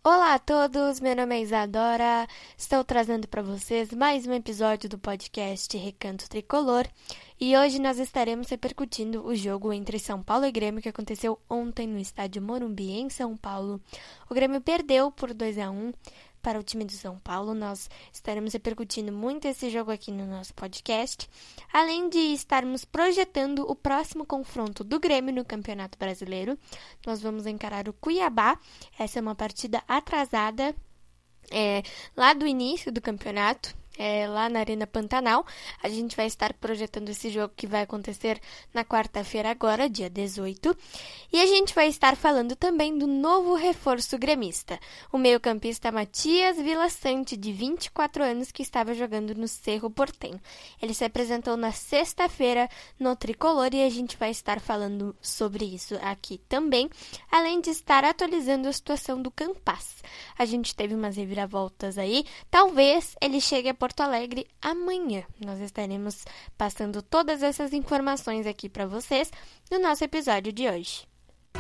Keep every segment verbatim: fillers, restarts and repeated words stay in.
Olá a todos, meu nome é Isadora, estou trazendo para vocês mais um episódio do podcast Recanto Tricolor e hoje nós estaremos repercutindo o jogo entre São Paulo e Grêmio que aconteceu ontem no estádio Morumbi, em São Paulo. O Grêmio perdeu por dois a um para o time do São Paulo. Nós estaremos repercutindo muito esse jogo aqui no nosso podcast, além de estarmos projetando o próximo confronto do Grêmio no Campeonato Brasileiro. Nós vamos encarar o Cuiabá. Essa é uma partida atrasada é, lá do início do campeonato. É, lá na Arena Pantanal. A gente vai estar projetando esse jogo que vai acontecer na quarta-feira agora, dia dezoito. E a gente vai estar falando também do novo reforço gremista, o meio-campista Matias Villaçante, de vinte e quatro anos, que estava jogando no Cerro Porteño. Ele se apresentou na sexta-feira no Tricolor e a gente vai estar falando sobre isso aqui também, além de estar atualizando a situação do Campas. A gente teve umas reviravoltas aí, talvez ele chegue a Porto Alegre amanhã. Nós estaremos passando todas essas informações aqui para vocês no nosso episódio de hoje.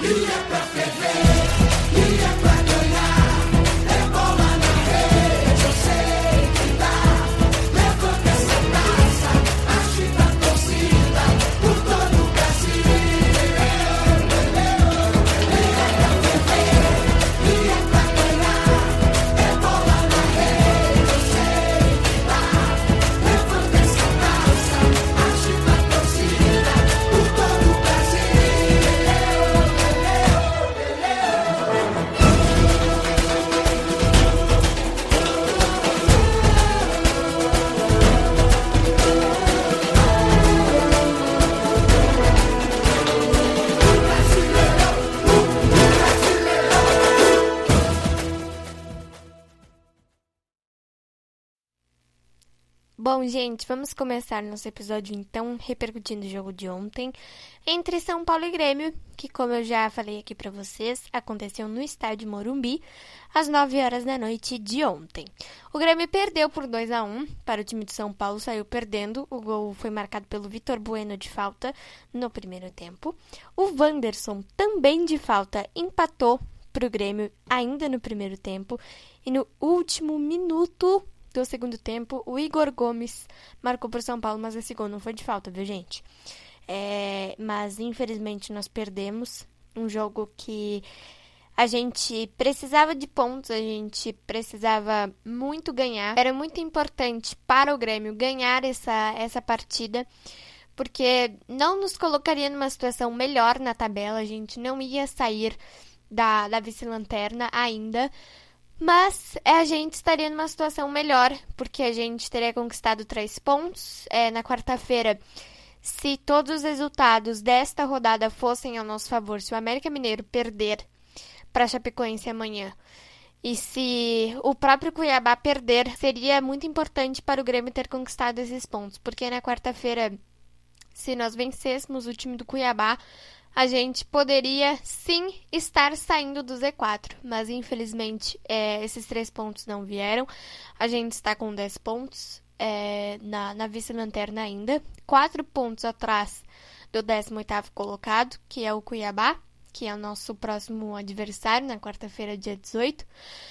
Bom, gente, vamos começar nosso episódio, então, repercutindo o jogo de ontem entre São Paulo e Grêmio, que, como eu já falei aqui pra vocês, aconteceu no estádio Morumbi, às nove horas da noite de ontem. O Grêmio perdeu por dois a um para o time de São Paulo, saiu perdendo. O gol foi marcado pelo Vitor Bueno de falta no primeiro tempo. O Wanderson, também de falta, empatou para o Grêmio ainda no primeiro tempo. E no último minuto do segundo tempo, o Igor Gomes marcou para o São Paulo, mas esse gol não foi de falta, viu, gente? É, mas, infelizmente, nós perdemos um jogo que a gente precisava de pontos, a gente precisava muito ganhar. Era muito importante para o Grêmio ganhar essa, essa partida, porque não nos colocaria numa situação melhor na tabela, a gente não ia sair da, da vice-lanterna ainda, mas a gente estaria numa situação melhor, porque a gente teria conquistado três pontos. É, na quarta-feira, se todos os resultados desta rodada fossem ao nosso favor, se o América Mineiro perder para a Chapecoense amanhã, e se o próprio Cuiabá perder, seria muito importante para o Grêmio ter conquistado esses pontos, porque na quarta-feira, se nós vencêssemos o time do Cuiabá, a gente poderia, sim, estar saindo do Z quatro, mas infelizmente é, esses três pontos não vieram. A gente está com dez pontos é, na, na vice-lanterna ainda, quatro pontos atrás do décimo oitavo colocado, que é o Cuiabá, que é o nosso próximo adversário na quarta-feira, dia dezoito.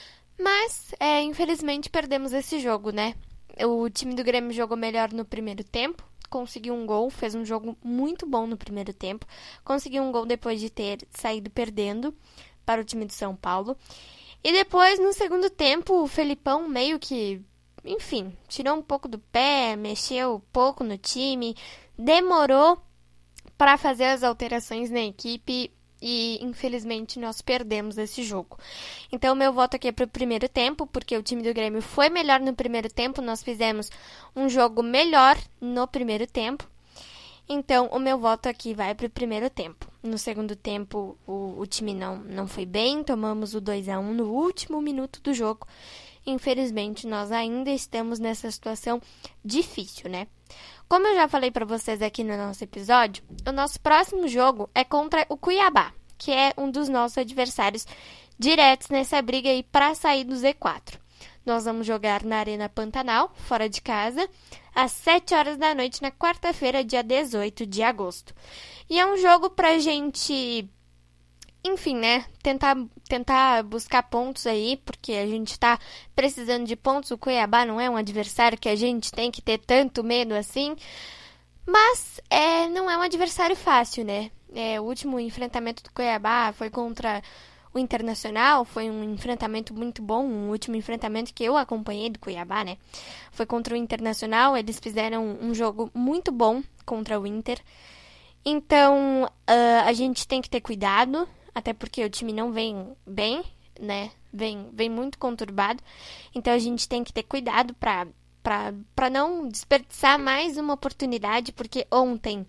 Mas, é, infelizmente, perdemos esse jogo, né? O time do Grêmio jogou melhor no primeiro tempo, conseguiu um gol, fez um jogo muito bom no primeiro tempo, conseguiu um gol depois de ter saído perdendo para o time do São Paulo. E depois, no segundo tempo, o Felipão meio que, enfim, tirou um pouco do pé, mexeu um pouco no time, demorou para fazer as alterações na equipe e, infelizmente, nós perdemos esse jogo. Então, meu voto aqui é para o primeiro tempo, porque o time do Grêmio foi melhor no primeiro tempo, nós fizemos um jogo melhor no primeiro tempo. Então, o meu voto aqui vai para o primeiro tempo. No segundo tempo, o, o time não, não foi bem, tomamos o dois a um no último minuto do jogo. Infelizmente, nós ainda estamos nessa situação difícil, né? Como eu já falei para vocês aqui no nosso episódio, o nosso próximo jogo é contra o Cuiabá, que é um dos nossos adversários diretos nessa briga aí para sair do Z quatro. Nós vamos jogar na Arena Pantanal, fora de casa, às sete horas da noite na quarta-feira, dia dezoito de agosto. E é um jogo pra gente enfim, né, tentar, tentar buscar pontos aí, porque a gente tá precisando de pontos. O Cuiabá não é um adversário que a gente tem que ter tanto medo assim, mas é, não é um adversário fácil, né? É, o último enfrentamento do Cuiabá foi contra o Internacional, foi um enfrentamento muito bom, um último enfrentamento que eu acompanhei do Cuiabá, né? Foi contra o Internacional, eles fizeram um jogo muito bom contra o Inter. Então, uh, a gente tem que ter cuidado, até porque o time não vem bem, né? Vem, vem muito conturbado. Então, a gente tem que ter cuidado para para não desperdiçar mais uma oportunidade, porque ontem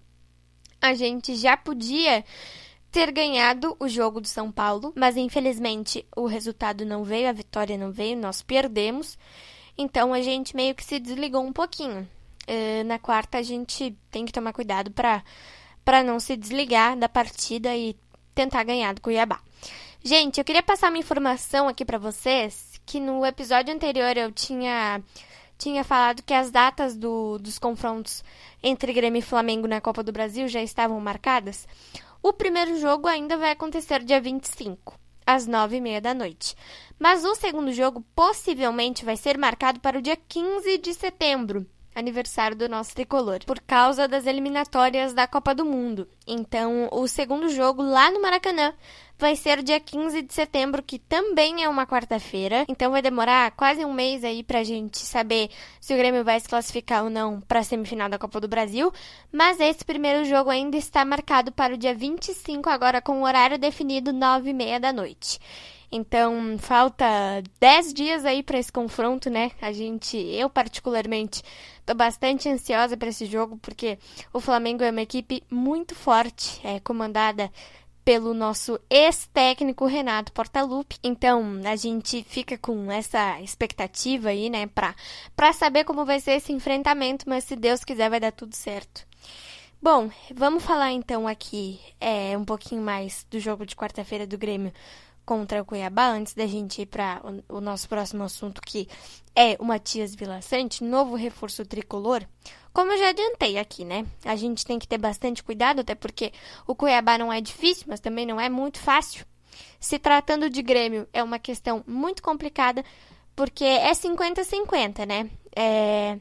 a gente já podia ter ganhado o jogo do São Paulo, mas infelizmente o resultado não veio, a vitória não veio, nós perdemos. Então, a gente meio que se desligou um pouquinho. Uh, na quarta, a gente tem que tomar cuidado para para não se desligar da partida e tentar ganhar do Cuiabá. Gente, eu queria passar uma informação aqui para vocês, que no episódio anterior eu tinha, tinha falado que as datas do, dos confrontos entre Grêmio e Flamengo na Copa do Brasil já estavam marcadas. O primeiro jogo ainda vai acontecer dia vinte e cinco, às nove e meia da noite. Mas o segundo jogo possivelmente vai ser marcado para o dia quinze de setembro, aniversário do nosso tricolor, por causa das eliminatórias da Copa do Mundo. Então, o segundo jogo lá no Maracanã vai ser dia quinze de setembro, que também é uma quarta-feira. Então, vai demorar quase um mês aí pra gente saber se o Grêmio vai se classificar ou não para a semifinal da Copa do Brasil. Mas esse primeiro jogo ainda está marcado para o dia vinte e cinco, agora com o horário definido, nove e meia da noite. Então, falta dez dias aí para esse confronto, né? A gente, eu particularmente, tô bastante ansiosa para esse jogo, porque o Flamengo é uma equipe muito forte, é comandada pelo nosso ex-técnico Renato Portaluppi. Então, a gente fica com essa expectativa aí, né, pra, pra saber como vai ser esse enfrentamento, mas se Deus quiser vai dar tudo certo. Bom, vamos falar então aqui é, um pouquinho mais do jogo de quarta-feira do Grêmio contra o Cuiabá, antes da gente ir para o, o nosso próximo assunto, que é o Matias Villaçante, novo reforço tricolor. Como eu já adiantei aqui, né? A gente tem que ter bastante cuidado, até porque o Cuiabá não é difícil, mas também não é muito fácil. Se tratando de Grêmio, é uma questão muito complicada, porque é cinquenta a cinquenta, né? É...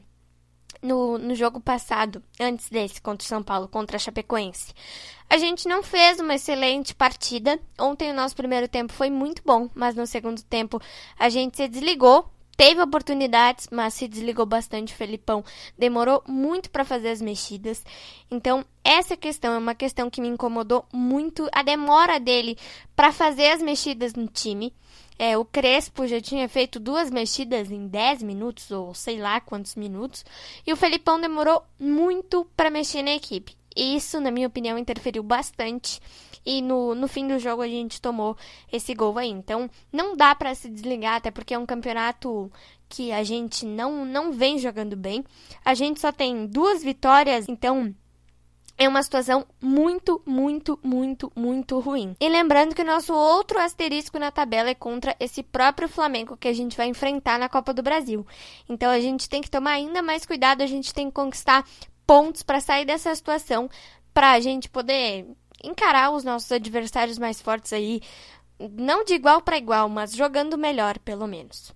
No, no jogo passado, antes desse, contra o São Paulo, contra a Chapecoense, a gente não fez uma excelente partida. Ontem o nosso primeiro tempo foi muito bom, mas no segundo tempo a gente se desligou. Teve oportunidades, mas se desligou bastante. O Felipão demorou muito para fazer as mexidas. Então, essa questão é uma questão que me incomodou muito, a demora dele para fazer as mexidas no time. É, o Crespo já tinha feito duas mexidas em dez minutos, ou sei lá quantos minutos, e o Felipão demorou muito para mexer na equipe. Isso, na minha opinião, interferiu bastante, e no, no fim do jogo a gente tomou esse gol aí. Então, não dá para se desligar, até porque é um campeonato que a gente não, não vem jogando bem. A gente só tem duas vitórias, então é uma situação muito, muito, muito, muito ruim. E lembrando que o nosso outro asterisco na tabela é contra esse próprio Flamengo que a gente vai enfrentar na Copa do Brasil. Então a gente tem que tomar ainda mais cuidado, a gente tem que conquistar pontos para sair dessa situação, para a gente poder encarar os nossos adversários mais fortes aí, não de igual para igual, mas jogando melhor, pelo menos.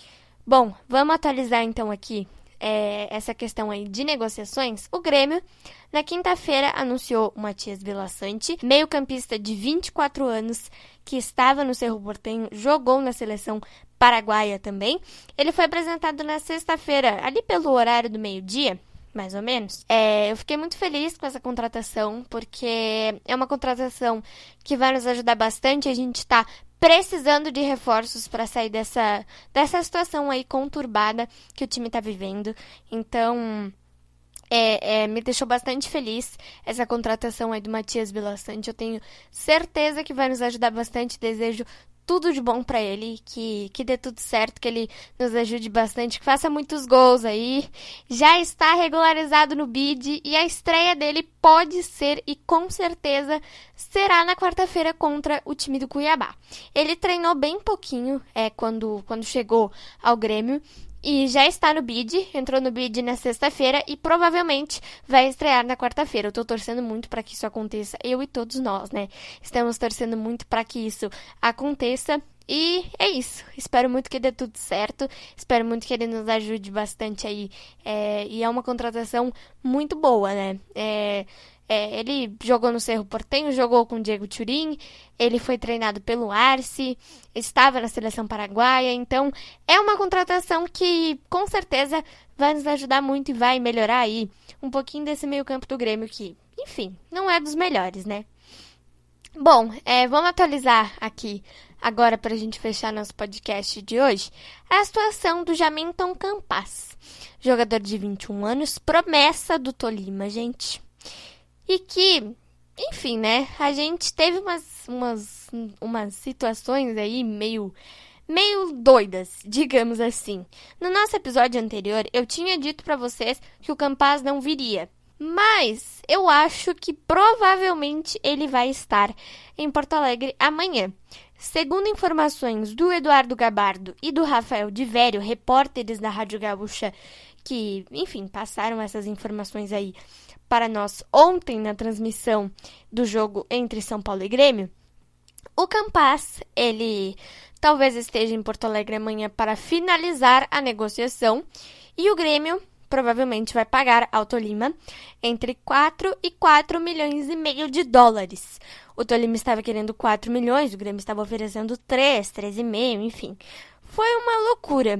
Bom, vamos atualizar então aqui É, essa questão aí de negociações. O Grêmio, na quinta-feira, anunciou o Matias Villaçante, meio-campista de vinte e quatro anos, que estava no Cerro Porteño, jogou na seleção paraguaia também. Ele foi apresentado na sexta-feira, ali pelo horário do meio-dia, mais ou menos. É, eu fiquei muito feliz com essa contratação, porque é uma contratação que vai nos ajudar bastante. A gente está precisando de reforços para sair dessa, dessa situação aí conturbada que o time está vivendo. Então, é, é, me deixou bastante feliz essa contratação aí do Matias Villaçante. Eu tenho certeza que vai nos ajudar bastante. Desejo tudo de bom para ele, que, que dê tudo certo, que ele nos ajude bastante, que faça muitos gols aí. Já está regularizado no bid e a estreia dele pode ser e com certeza será na quarta-feira contra o time do Cuiabá. Ele treinou bem pouquinho é, quando, quando chegou ao Grêmio e já está no bid, entrou no bid na sexta-feira e provavelmente vai estrear na quarta-feira. Eu tô torcendo muito para que isso aconteça, eu e todos nós, né? Estamos torcendo muito para que isso aconteça. E é isso, espero muito que dê tudo certo, espero muito que ele nos ajude bastante aí, é, e é uma contratação muito boa, né, é, é, ele jogou no Cerro Porteño, jogou com o Diego Turin, ele foi treinado pelo Arce, estava na seleção paraguaia, então é uma contratação que com certeza vai nos ajudar muito e vai melhorar aí um pouquinho desse meio campo do Grêmio que, enfim, não é dos melhores, né. Bom, é, vamos atualizar aqui agora para a gente fechar nosso podcast de hoje a situação do Jamilton Campas, jogador de vinte e um anos, promessa do Tolima, gente. E que, enfim, né, a gente teve umas, umas, umas situações aí meio, meio doidas, digamos assim. No nosso episódio anterior, eu tinha dito para vocês que o Campas não viria. Mas eu acho que provavelmente ele vai estar em Porto Alegre amanhã. Segundo informações do Eduardo Gabardo e do Rafael de Vério, repórteres da Rádio Gaúcha, que, enfim, passaram essas informações aí para nós ontem na transmissão do jogo entre São Paulo e Grêmio, o Campas, ele talvez esteja em Porto Alegre amanhã para finalizar a negociação e o Grêmio provavelmente vai pagar ao Tolima entre quatro e quatro milhões e meio de dólares. O Tolima estava querendo quatro milhões, o Grêmio estava oferecendo três, três e meio, enfim. Foi uma loucura.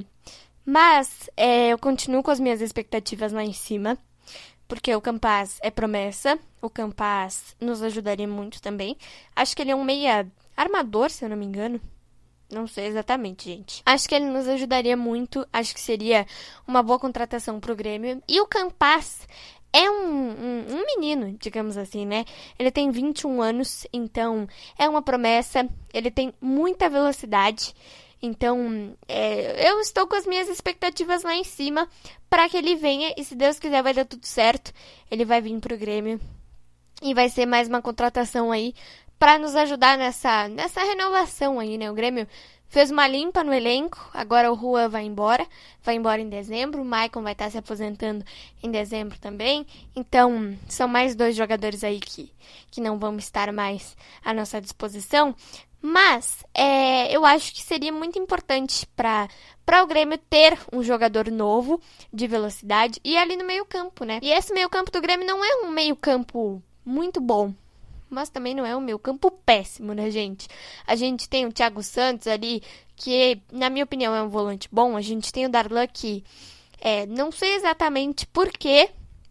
Mas é, eu continuo com as minhas expectativas lá em cima, porque o Campas é promessa, o Campas nos ajudaria muito também. Acho que ele é um meia armador, se eu não me engano. Não sei exatamente, gente. Acho que ele nos ajudaria muito. Acho que seria uma boa contratação pro Grêmio. E o Campas é um, um, um menino, digamos assim, né? Ele tem vinte e um anos, então é uma promessa. Ele tem muita velocidade. Então, é, eu estou com as minhas expectativas lá em cima para que ele venha. E se Deus quiser, vai dar tudo certo. Ele vai vir pro Grêmio. E vai ser mais uma contratação aí para nos ajudar nessa, nessa renovação aí, né? O Grêmio fez uma limpa no elenco, agora o Juan vai embora, vai embora em dezembro, o Maicon vai estar se aposentando em dezembro também, então são mais dois jogadores aí que, que não vão estar mais à nossa disposição, mas é, eu acho que seria muito importante para para o Grêmio ter um jogador novo de velocidade e ali no meio campo, né? E esse meio campo do Grêmio não é um meio campo muito bom, mas também não é o meu campo péssimo, né, gente? A gente tem o Thiago Santos ali, que, na minha opinião, é um volante bom. A gente tem o Darlan, que é, não sei exatamente por que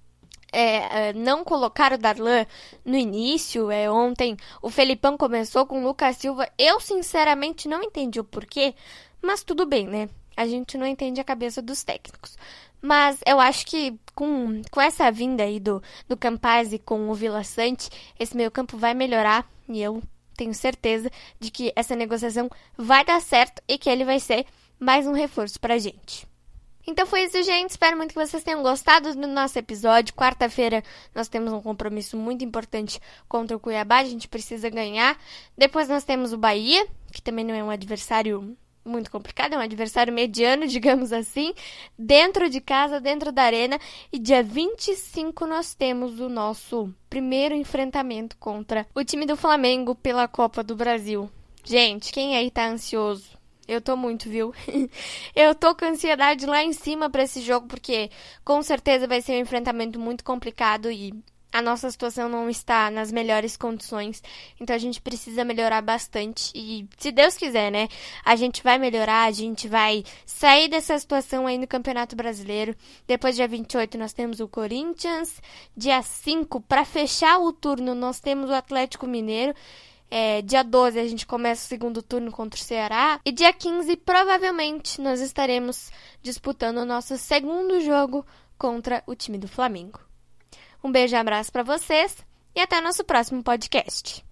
é, não colocar o Darlan no início. É, ontem o Felipão começou com o Lucas Silva. Eu, sinceramente, não entendi o porquê, mas tudo bem, né? A gente não entende a cabeça dos técnicos. Mas eu acho que com, com essa vinda aí do, do Campas e com o Vila Sante, esse meio campo vai melhorar. E eu tenho certeza de que essa negociação vai dar certo e que ele vai ser mais um reforço pra gente. Então foi isso, gente. Espero muito que vocês tenham gostado do nosso episódio. Quarta-feira nós temos um compromisso muito importante contra o Cuiabá. A gente precisa ganhar. Depois nós temos o Bahia, que também não é um adversário muito complicado, é um adversário mediano, digamos assim, dentro de casa, dentro da arena, e dia vinte e cinco nós temos o nosso primeiro enfrentamento contra o time do Flamengo pela Copa do Brasil. Gente, quem aí tá ansioso? Eu tô muito, viu? Eu tô com ansiedade lá em cima pra esse jogo, porque com certeza vai ser um enfrentamento muito complicado e a nossa situação não está nas melhores condições, então a gente precisa melhorar bastante e, se Deus quiser, né, a gente vai melhorar, a gente vai sair dessa situação aí no Campeonato Brasileiro. Depois, dia vinte e oito, nós temos o Corinthians, dia cinco, para fechar o turno, nós temos o Atlético Mineiro, é, dia doze a gente começa o segundo turno contra o Ceará e dia quinze, provavelmente, nós estaremos disputando o nosso segundo jogo contra o time do Flamengo. Um beijo e abraço para vocês e até o nosso próximo podcast.